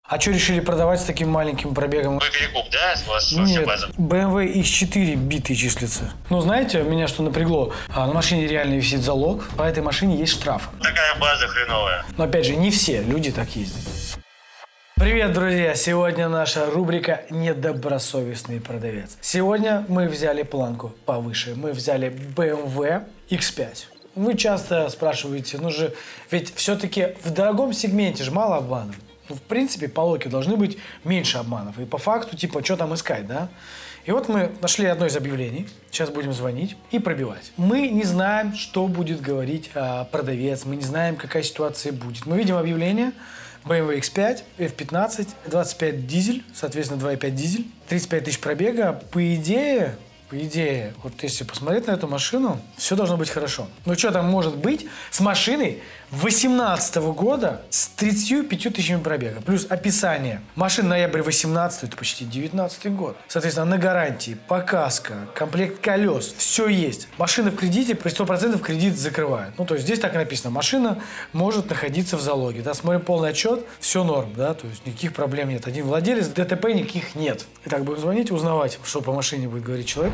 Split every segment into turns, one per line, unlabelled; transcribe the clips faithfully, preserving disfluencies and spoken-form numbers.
А что решили продавать с таким маленьким пробегом?
Вы перекуп, да? У вас
Нет,
база?
бэ эм вэ икс четыре битый числится. Ну, знаете, меня что напрягло? А, на машине реально висит залог, по этой машине есть штрафы.
Такая база хреновая.
Но опять же, не все люди так ездят. Привет, друзья! Сегодня наша рубрика «Недобросовестный продавец». Сегодня мы взяли планку повыше. Мы взяли бэ эм вэ икс пять. Вы часто спрашиваете, ну же, ведь все-таки в дорогом сегменте же мало обманов. Ну, в принципе, по логике должны быть меньше обманов. И по факту, типа, что там искать, да? И вот мы нашли одно из объявлений. Сейчас будем звонить и пробивать. Мы не знаем, что будет говорить а, продавец. Мы не знаем, какая ситуация будет. Мы видим объявление. бэ эм вэ икс пять, эф пятнадцать, двадцать пять дизель, соответственно, два и пять дизель, тридцать пять тысяч пробега. По идее, по идее, вот если посмотреть на эту машину, все должно быть хорошо. Но что там может быть с машиной восемнадцатого года с тридцатью пятью тысячами пробега? Плюс описание. Машина ноябрь восемнадцатый, это почти девятнадцатый год. Соответственно, на гарантии, показка, комплект колес, все есть. Машина в кредите, при сто процентов кредит закрывает. Ну, то есть здесь так и написано. Машина может находиться в залоге. Да, смотрим полный отчет, все норм, да, то есть никаких проблем нет. Один владелец, ДТП никаких нет. Итак, будем звонить, узнавать, что по машине будет говорить человек.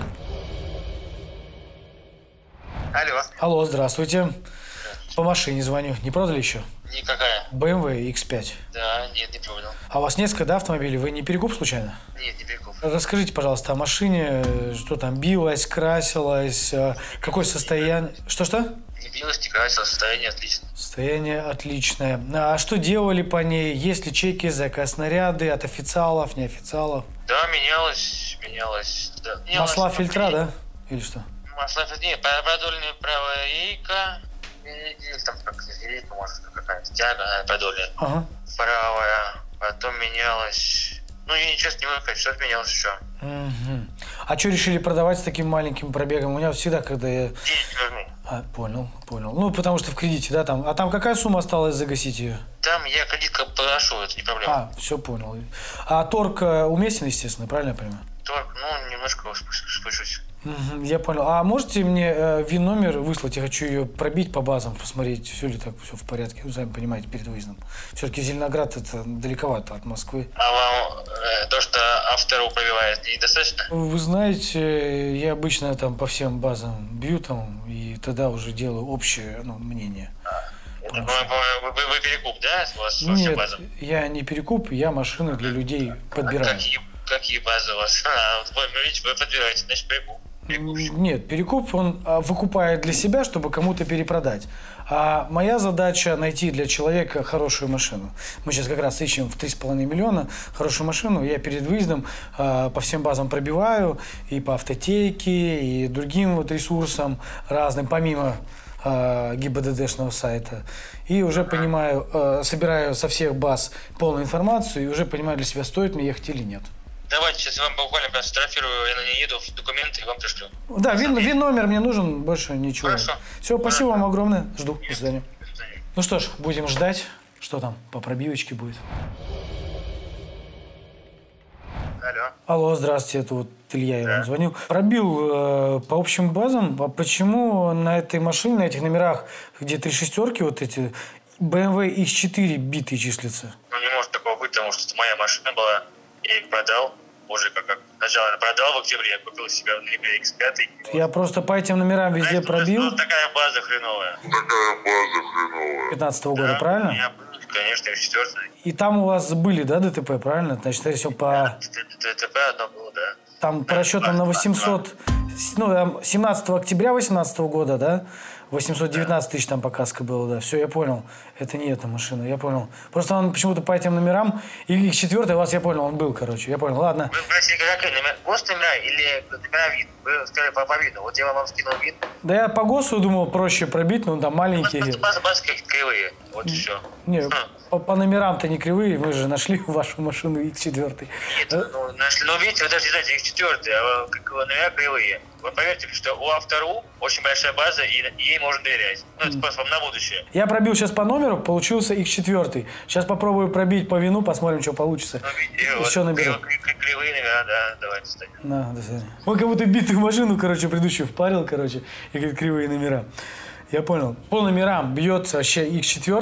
Алло.
Алло, здравствуйте. По машине звоню. Не продали еще?
Никакая.
бэ эм вэ икс пять.
Да, нет, не продал.
А у вас несколько, да, автомобилей? Вы не перекуп случайно?
Нет, не перекуп.
Расскажите, пожалуйста, о машине. Что там, билась, красилась? Какое состояние? Что-что?
Не билась, не красилась, состояние отличное.
Состояние отличное. А что делали по ней? Есть ли чеки, заказ снаряды от официалов, неофициалов?
Да, менялась, менялась. Да. Менялась
Масла, фильтра, да? Или что?
Масла, нет, продольная правая рейка. Или там как рейка, может, какая-то тяга продольная.
Ага.
Правая. Потом менялась. Ну, я ничего не могу сказать, что менялось еще.
Угу. А что решили продавать с таким маленьким пробегом? У меня всегда, когда я...
Денег не верну.
А, понял, понял. Ну, потому что в кредите, да, там. А там какая сумма осталась загасить ее?
Там я кредит как прошу, это не проблема.
А, все понял. А торг уместен, естественно, правильно я понимаю?
Торг, ну, немножко спущусь.
Угу, я понял. А можете мне э, вин-номер выслать? Я хочу ее пробить по базам, посмотреть, все ли так, все в порядке. Вы сами понимаете, перед выездом. Все-таки Зеленоград это далековато от Москвы.
А вам э, то, что автору пробивает, недостаточно?
Вы знаете, я обычно там по всем базам бью там, и тогда уже делаю общее, ну, мнение.
А, вы, вы, вы, вы перекуп, да? У вас
Нет,
база?
Я не перекуп, я машины для людей подбираю.
А какие, какие базы у вас? А, вот вы, видите, вы подбираете, значит, перекуп.
Нет, перекуп он выкупает для себя, чтобы кому-то перепродать. А моя задача найти для человека хорошую машину. Мы сейчас как раз ищем в три с половиной миллиона хорошую машину. Я перед выездом э, по всем базам пробиваю, и по автотеке, и другим вот ресурсам разным, помимо э, ГИБДДшного сайта. И уже понимаю, э, собираю со всех баз полную информацию, и уже понимаю для себя, стоит мне ехать или нет.
Давайте сейчас я вам буквально прям сфотографирую, я на ней еду, документы и вам пришлю.
Да, вин, вин номер мне нужен, больше ничего.
Хорошо.
Все, спасибо вам огромное. Жду. До свидания.
До свидания.
Ну что ж, будем ждать, что там по пробивочке будет.
Алло.
Алло, здравствуйте, это вот Илья, я
Да.
вам звонил. Пробил э, по общим базам, а почему на этой машине, на этих номерах, где три шестерки вот эти, бэ эм вэ икс четыре битый числится?
Ну не может такого быть, потому что это моя машина была. Я ее продал, уже как, как сначала я продал в октябре, я купил себе в ноябре икс пять.
Я просто по этим номерам везде
Знаете,
пробил.
Ну, такая база хреновая.
Такая база хреновая.
пятнадцатого года,
Да,
правильно?
У меня, конечно, икс четыре.
И там у вас были, да, ДТП, правильно? Значит, если по...
ДТП одно было, да.
Там по расчетам на восемьсот... Ну, там семнадцатого октября восемнадцатого года, да? восемьсот девятнадцать тысяч там показка была, да. Все, я понял. Это не эта машина, я понял. Просто он почему-то по этим номерам... И икс четыре у вас, я понял, он был, короче. Я понял, ладно.
Вы спросили, какие номера? ГОСТ номера или номера ВИН? Вы сказали по, по ВИНу. Вот я вам скинул ВИН.
Да я по ГОСу думал проще пробить, но он там маленький.
База, база, база какие-то кривые. Вот и все.
Не, по, по номерам-то не кривые, мы же нашли вашу машину икс четыре.
Нет, ну, нашли, ну, видите, вы даже не знаете, икс четыре, а как номера кривые. Вы поверьте, что у автору очень большая база, и ей можно доверять. Ну, это просто вам на будущее.
Я пробил сейчас по номеру, получился икс четыре. Сейчас попробую пробить по вину, посмотрим, что получится.
Ну, видите,
Еще
вот,
наберу.
крив- крив- Кривые номера, да, давайте станем.
На, до свидания. Он как будто битую машину, короче, предыдущую впарил, короче, и говорит, кривые номера. Я понял. По номерам бьется вообще икс четыре,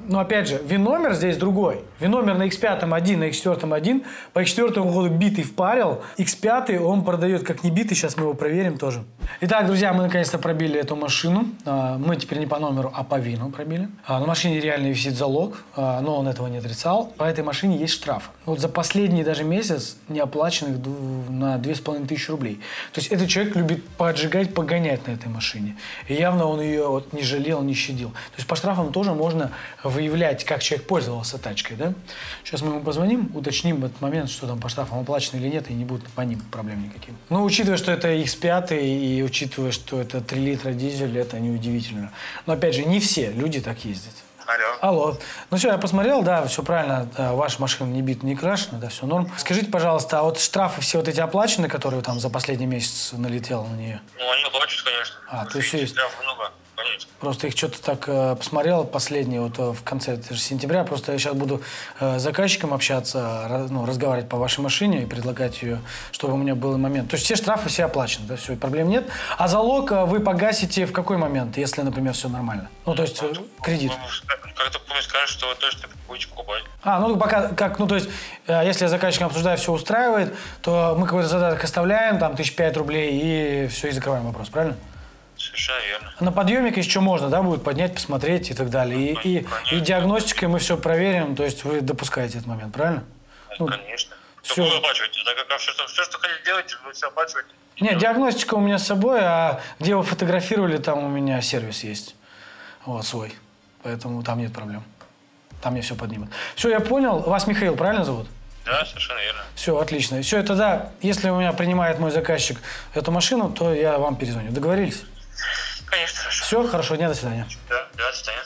Но опять же, ВИН-номер здесь другой. ВИН-номер на икс пять один, на икс четыре один. По икс четыре году битый впарил. икс пять он продает как не битый. Сейчас мы его проверим тоже. Итак, друзья, мы наконец-то пробили эту машину. Мы теперь не по номеру, а по ВИНу пробили. На машине реально висит залог, но он этого не отрицал. По этой машине есть штрафы. Вот за последний даже месяц не оплаченных на две с половиной тысячи рублей. То есть этот человек любит поджигать, погонять на этой машине. И явно он ее вот не жалел, не щадил. То есть по штрафам тоже можно выявлять, как человек пользовался тачкой, да? Сейчас мы ему позвоним, уточним этот момент, что там по штрафам оплачено или нет, и не будет по ним проблем никаких. Но учитывая, что это икс пять, и учитывая, что это три литра дизель, это неудивительно. Но опять же, не все люди так ездят.
Алло.
Алло. Ну все, я посмотрел, да, все правильно, да, ваша машина не бита, не крашена, да, все норм. Скажите, пожалуйста, а вот штрафы все вот эти оплачены, которые там за последний месяц налетело на нее?
Ну, они оплачивают, конечно.
А, то есть есть.
Штрафов много. Конечно.
Просто их что-то так э, посмотрел последние, вот э, в конце сентября. Просто я сейчас буду э, с заказчиком общаться, раз, ну, разговаривать по вашей машине и предлагать ее, чтобы у меня был момент. То есть все штрафы все оплачены, да, все, проблем нет. А залог э, вы погасите в какой момент, если, например, все нормально? Ну, то есть э, кредит.
Как-то пусть скажешь, что вы точно будете покупать.
А, ну пока, как, ну то есть, э, если я с заказчиком обсуждаю, все устраивает, то мы какой-то задаток оставляем, там, тысяч пять рублей, и все, и закрываем вопрос, правильно?
Совершенно верно.
На подъемник еще можно, да, будет поднять, посмотреть и так далее. И, и, и диагностикой мы все проверим, то есть вы допускаете этот момент, правильно?
Ну, конечно.
Все.
Только вы оплачиваете, так как все, все, что хотите делать, вы все оплачиваете.
Нет, диагностика у меня с собой, а где вы фотографировали, там у меня сервис есть. Вот, свой. Поэтому там нет проблем. Там мне все поднимут. Все, я понял. Вас Михаил, правильно зовут?
Да, совершенно верно.
Все, отлично. Все, это да, если у меня принимает мой заказчик эту машину, то я вам перезвоню. Договорились?
Конечно, хорошо.
Все, хорошего дня, до свидания.
Да, да, до свидания.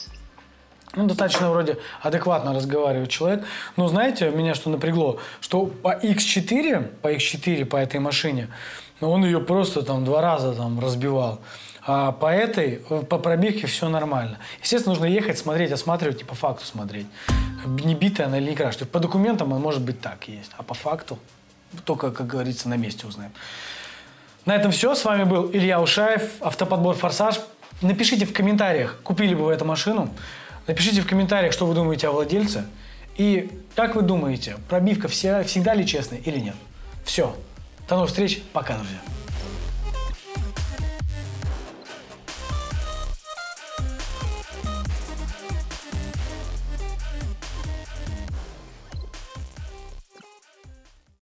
Ну, достаточно вроде адекватно разговаривает человек. Но знаете, меня что напрягло, что по икс четыре, по икс четыре, по этой машине, он ее просто там два раза там разбивал. А по этой, по пробивке все нормально. Естественно, нужно ехать, смотреть, осматривать и по факту смотреть. Не битая она или не крашена. По документам она может быть так есть, а по факту только, как говорится, на месте узнаем. На этом все. С вами был Илья Ушаев, автоподбор «Форсаж». Напишите в комментариях, купили бы вы эту машину. Напишите в комментариях, что вы думаете о владельце. И как вы думаете, пробивка вся, всегда ли честная или нет? Все. До новых встреч. Пока, друзья.